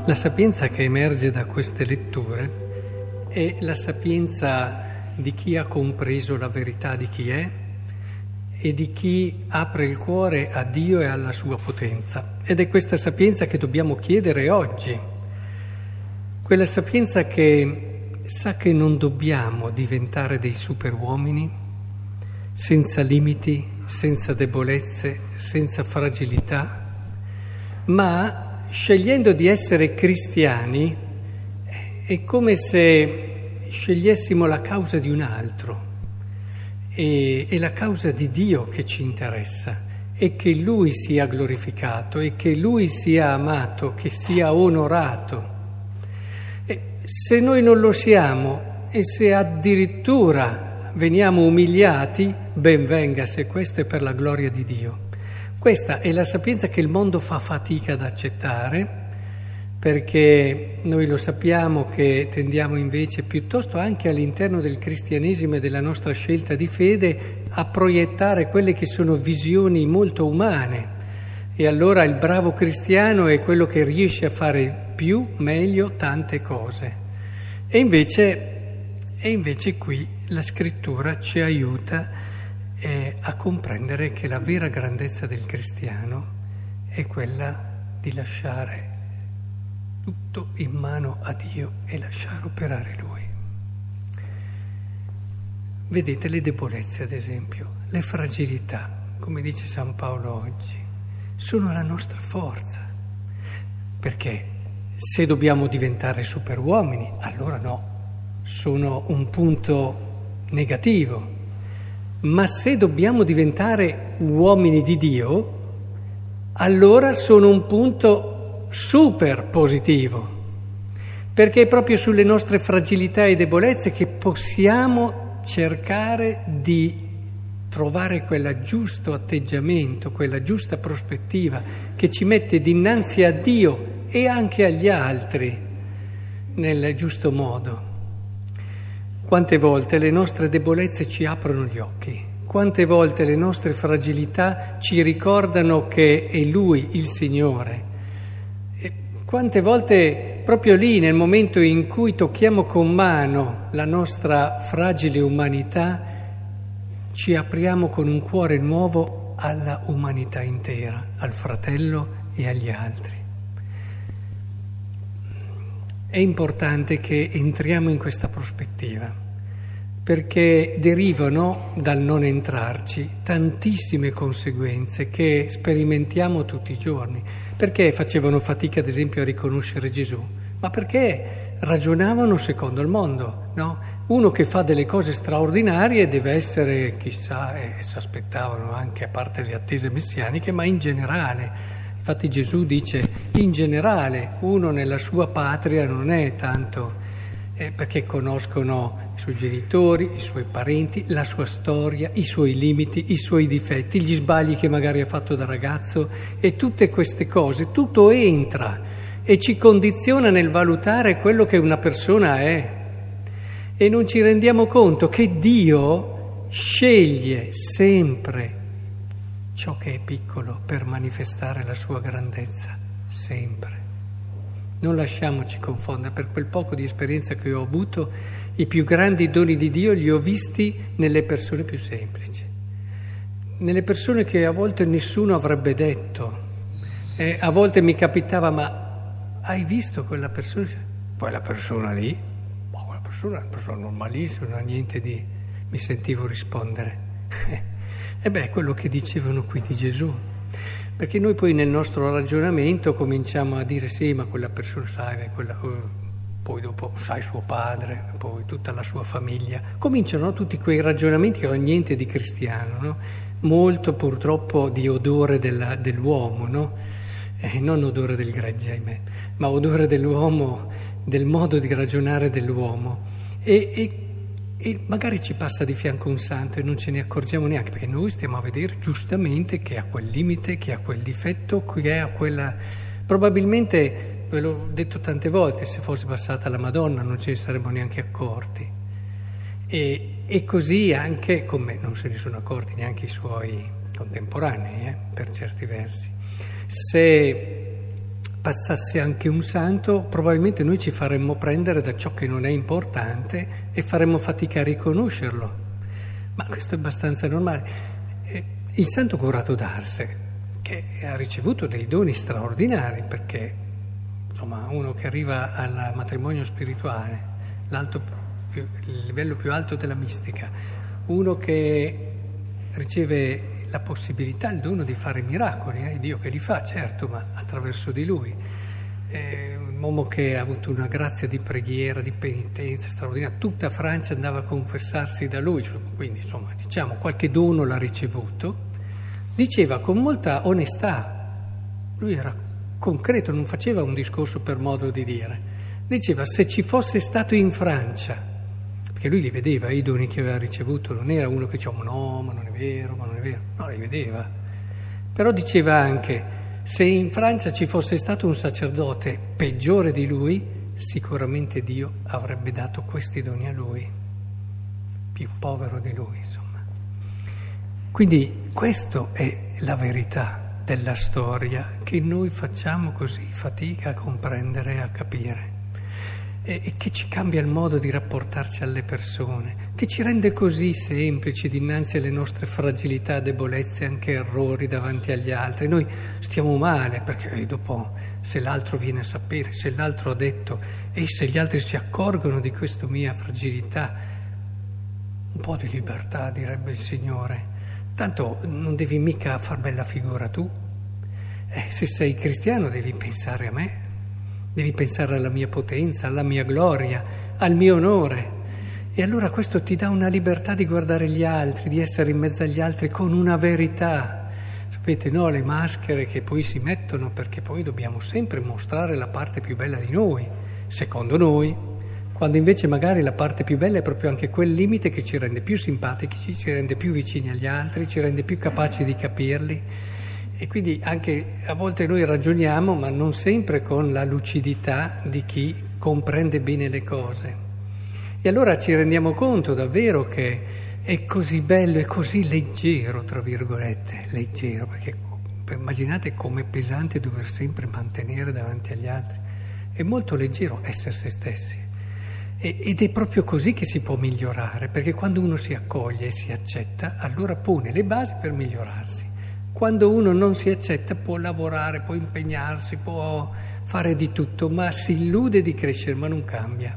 La sapienza che emerge da queste letture è la sapienza di chi ha compreso la verità di chi è e di chi apre il cuore a Dio e alla sua potenza. Ed è questa sapienza che dobbiamo chiedere oggi, quella sapienza che sa che non dobbiamo diventare dei superuomini senza limiti, senza debolezze, senza fragilità, ma scegliendo di essere cristiani è come se scegliessimo la causa di un altro, è la causa di Dio che ci interessa, e che Lui sia glorificato, e che Lui sia amato, che sia onorato. E se noi non lo siamo, e se addirittura veniamo umiliati, ben venga se questo è per la gloria di Dio. Questa è la sapienza che il mondo fa fatica ad accettare, perché noi lo sappiamo che tendiamo invece, piuttosto anche all'interno del cristianesimo e della nostra scelta di fede, a proiettare quelle che sono visioni molto umane. E allora il bravo cristiano è quello che riesce a fare più, meglio, tante cose. E invece qui la scrittura ci aiuta a comprendere che la vera grandezza del cristiano è quella di lasciare tutto in mano a Dio e lasciare operare Lui. Vedete le debolezze, ad esempio, le fragilità, come dice San Paolo oggi, sono la nostra forza, perché se dobbiamo diventare superuomini, allora no, sono un punto negativo. Ma se dobbiamo diventare uomini di Dio, allora sono un punto super positivo, perché è proprio sulle nostre fragilità e debolezze che possiamo cercare di trovare quel giusto atteggiamento, quella giusta prospettiva che ci mette dinanzi a Dio e anche agli altri nel giusto modo. Quante volte le nostre debolezze ci aprono gli occhi, quante volte le nostre fragilità ci ricordano che è Lui il Signore, e quante volte proprio lì, nel momento in cui tocchiamo con mano la nostra fragile umanità, ci apriamo con un cuore nuovo alla umanità intera, al fratello e agli altri. È importante che entriamo in questa prospettiva, perché derivano dal non entrarci tantissime conseguenze che sperimentiamo tutti i giorni. Perché facevano fatica, ad esempio, a riconoscere Gesù? Ma perché ragionavano secondo il mondo, no? Uno che fa delle cose straordinarie deve essere, chissà, e si aspettavano anche, a parte le attese messianiche, ma in generale. Infatti Gesù dice, in generale, uno nella sua patria non è tanto perché conoscono i suoi genitori, i suoi parenti, la sua storia, i suoi limiti, i suoi difetti, gli sbagli che magari ha fatto da ragazzo, e tutte queste cose, tutto entra e ci condiziona nel valutare quello che una persona è. E non ci rendiamo conto che Dio sceglie sempre ciò che è piccolo per manifestare la sua grandezza, sempre. Non lasciamoci confondere. Per quel poco di esperienza che ho avuto, i più grandi doni di Dio li ho visti nelle persone più semplici, nelle persone che a volte nessuno avrebbe detto. A volte mi capitava, ma hai visto quella persona? Quella persona lì? Ma quella persona è una persona normalissima, non ha niente di... Mi sentivo rispondere. E beh, è quello che dicevano qui di Gesù, perché noi poi nel nostro ragionamento cominciamo a dire sì, ma quella persona, sai, poi dopo sai suo padre, poi tutta la sua famiglia, cominciano tutti quei ragionamenti che non hanno niente di cristiano, no? Molto purtroppo di odore dell'uomo, no? Non odore del gregge, ahimè, ma odore dell'uomo, del modo di ragionare dell'uomo. E magari ci passa di fianco un santo e non ce ne accorgiamo neanche, perché noi stiamo a vedere giustamente che ha quel limite, che ha quel difetto, che ha quella... Probabilmente, ve l'ho detto tante volte, se fosse passata la Madonna non ce ne saremmo neanche accorti. E così anche, come non se ne sono accorti neanche i suoi contemporanei, per certi versi. Se passasse anche un santo, probabilmente noi ci faremmo prendere da ciò che non è importante e faremmo fatica a riconoscerlo. Ma questo è abbastanza normale. Il santo curato d'Ars, che ha ricevuto dei doni straordinari, perché insomma uno che arriva al matrimonio spirituale, il livello più alto della mistica, uno che riceve la possibilità, il dono di fare miracoli, Dio che li fa, certo, ma attraverso di lui. Un uomo che ha avuto una grazia di preghiera, di penitenza straordinaria, tutta Francia andava a confessarsi da lui, quindi insomma diciamo qualche dono l'ha ricevuto, diceva con molta onestà, lui era concreto, non faceva un discorso per modo di dire, diceva se ci fosse stato in Francia, perché lui li vedeva i doni che aveva ricevuto, non era uno che diceva no, ma non è vero, no, li vedeva, però diceva anche se in Francia ci fosse stato un sacerdote peggiore di lui, sicuramente Dio avrebbe dato questi doni a lui, più povero di lui, insomma. Quindi questa è la verità della storia che noi facciamo così fatica a comprendere e a capire, e che ci cambia il modo di rapportarci alle persone, che ci rende così semplici dinanzi alle nostre fragilità, debolezze, anche errori davanti agli altri. Noi stiamo male perché dopo, se l'altro viene a sapere, se l'altro ha detto e se gli altri si accorgono di questa mia fragilità, un po' di libertà, direbbe il Signore. Tanto non devi mica far bella figura tu. Se sei cristiano devi pensare a me. Devi pensare alla mia potenza, alla mia gloria, al mio onore. E allora questo ti dà una libertà di guardare gli altri, di essere in mezzo agli altri con una verità. Sapete, no, le maschere che poi si mettono perché poi dobbiamo sempre mostrare la parte più bella di noi, secondo noi, quando invece magari la parte più bella è proprio anche quel limite che ci rende più simpatici, ci rende più vicini agli altri, ci rende più capaci di capirli. E quindi anche a volte noi ragioniamo, ma non sempre con la lucidità di chi comprende bene le cose. E allora ci rendiamo conto davvero che è così bello, è così leggero, tra virgolette, leggero, perché immaginate com'è pesante dover sempre mantenere davanti agli altri. È molto leggero essere se stessi. Ed è proprio così che si può migliorare, perché quando uno si accoglie e si accetta, allora pone le basi per migliorarsi. Quando uno non si accetta può lavorare, può impegnarsi, può fare di tutto, ma si illude di crescere, ma non cambia.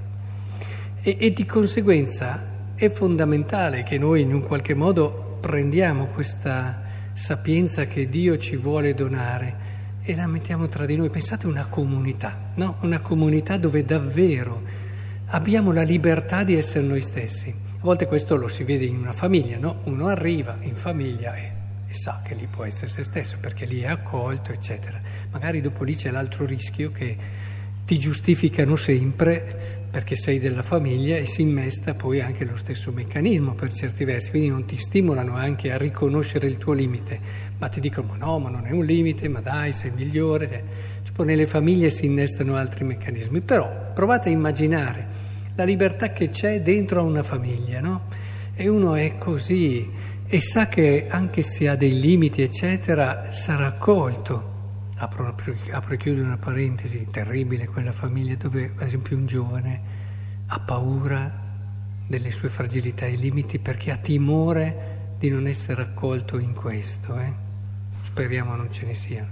E di conseguenza è fondamentale che noi in un qualche modo prendiamo questa sapienza che Dio ci vuole donare e la mettiamo tra di noi. Pensate a una comunità, no? Una comunità dove davvero abbiamo la libertà di essere noi stessi. A volte questo lo si vede in una famiglia, no? Uno arriva in famiglia e sa che lì può essere se stesso perché lì è accolto, eccetera. Magari dopo lì c'è l'altro rischio che ti giustificano sempre perché sei della famiglia e si innesta poi anche lo stesso meccanismo per certi versi, quindi non ti stimolano anche a riconoscere il tuo limite, ma ti dicono ma no, ma non è un limite, ma dai, sei migliore. Cioè, nelle famiglie si innestano altri meccanismi, però provate a immaginare la libertà che c'è dentro a una famiglia, no? E uno è così e sa che anche se ha dei limiti, eccetera, sarà accolto. Apro e chiudo una parentesi, terribile quella famiglia dove, ad esempio, un giovane ha paura delle sue fragilità e limiti perché ha timore di non essere accolto in questo. Speriamo non ce ne siano.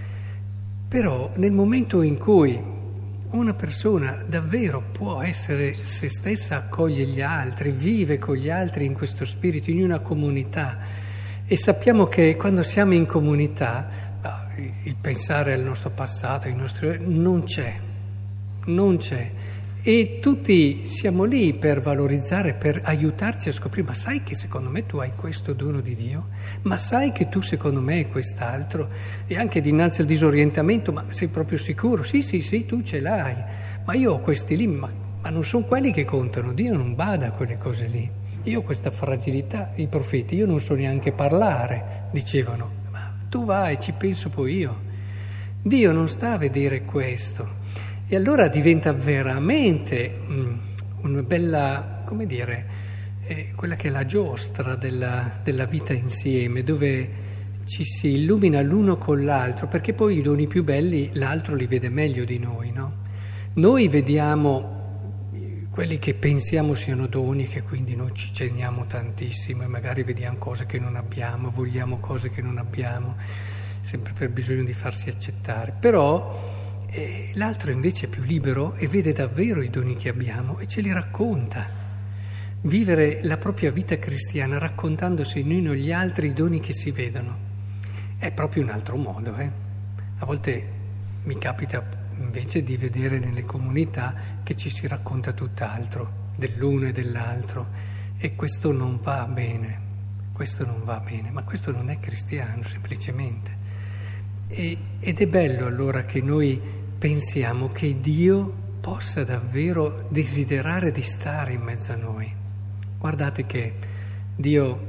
Però nel momento in cui una persona davvero può essere se stessa, accoglie gli altri, vive con gli altri in questo spirito, in una comunità, e sappiamo che quando siamo in comunità il pensare al nostro passato, ai nostri non c'è, e tutti siamo lì per valorizzare, per aiutarci a scoprire, ma sai che secondo me tu hai questo dono di Dio? Ma sai che tu secondo me hai quest'altro? E anche dinanzi al disorientamento, ma sei proprio sicuro? Sì, tu ce l'hai, ma io ho questi limiti, ma non sono quelli che contano, Dio non bada a quelle cose lì. Io ho questa fragilità, i profeti, io non so neanche parlare, dicevano. Tu vai, ci penso poi io. Dio non sta a vedere questo. E allora diventa veramente una bella, come dire, quella che è la giostra della vita insieme, dove ci si illumina l'uno con l'altro, perché poi i doni più belli l'altro li vede meglio di noi, no? Noi vediamo quelli che pensiamo siano doni, che quindi noi ci teniamo tantissimo e magari vediamo cose che non abbiamo, vogliamo cose che non abbiamo, sempre per bisogno di farsi accettare. Però l'altro invece è più libero e vede davvero i doni che abbiamo e ce li racconta. Vivere la propria vita cristiana raccontandosi in uno gli altri i doni che si vedono è proprio un altro modo. A volte mi capita invece di vedere nelle comunità che ci si racconta tutt'altro, dell'uno e dell'altro, e questo non va bene, ma questo non è cristiano semplicemente. Ed è bello allora che noi pensiamo che Dio possa davvero desiderare di stare in mezzo a noi. Guardate che Dio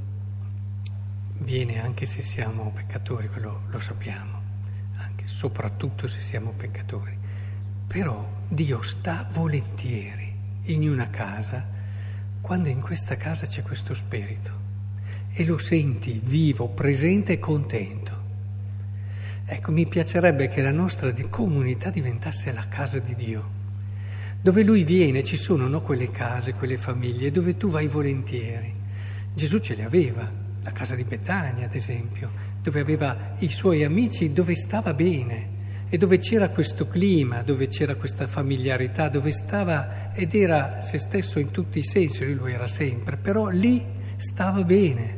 viene anche se siamo peccatori, quello lo sappiamo, anche soprattutto se siamo peccatori. Però Dio sta volentieri in una casa quando in questa casa c'è questo spirito e lo senti vivo, presente e contento. Ecco, mi piacerebbe che la nostra comunità diventasse la casa di Dio, dove Lui viene. Ci sono, no, quelle case, quelle famiglie dove tu vai volentieri. Gesù ce le aveva, la casa di Betania ad esempio, dove aveva i suoi amici, dove stava bene e dove c'era questo clima, dove c'era questa familiarità, dove stava ed era se stesso in tutti i sensi. Lui lo era sempre, però lì stava bene.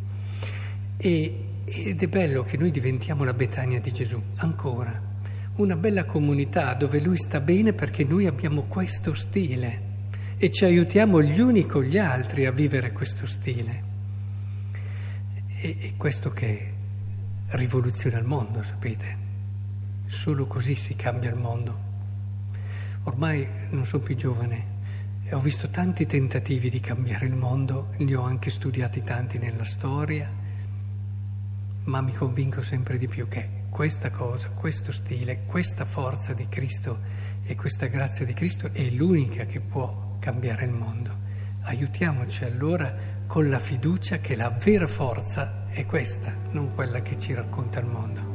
Ed è bello che noi diventiamo la Betania di Gesù, ancora, una bella comunità dove Lui sta bene perché noi abbiamo questo stile e ci aiutiamo gli uni con gli altri a vivere questo stile. E questo che rivoluziona il mondo, sapete? Solo così si cambia il mondo. Ormai non sono più giovane e ho visto tanti tentativi di cambiare il mondo, ne ho anche studiati tanti nella storia, ma mi convinco sempre di più che questa cosa, questo stile, questa forza di Cristo e questa grazia di Cristo è l'unica che può cambiare il mondo. Aiutiamoci allora con la fiducia che la vera forza è questa, non quella che ci racconta il mondo.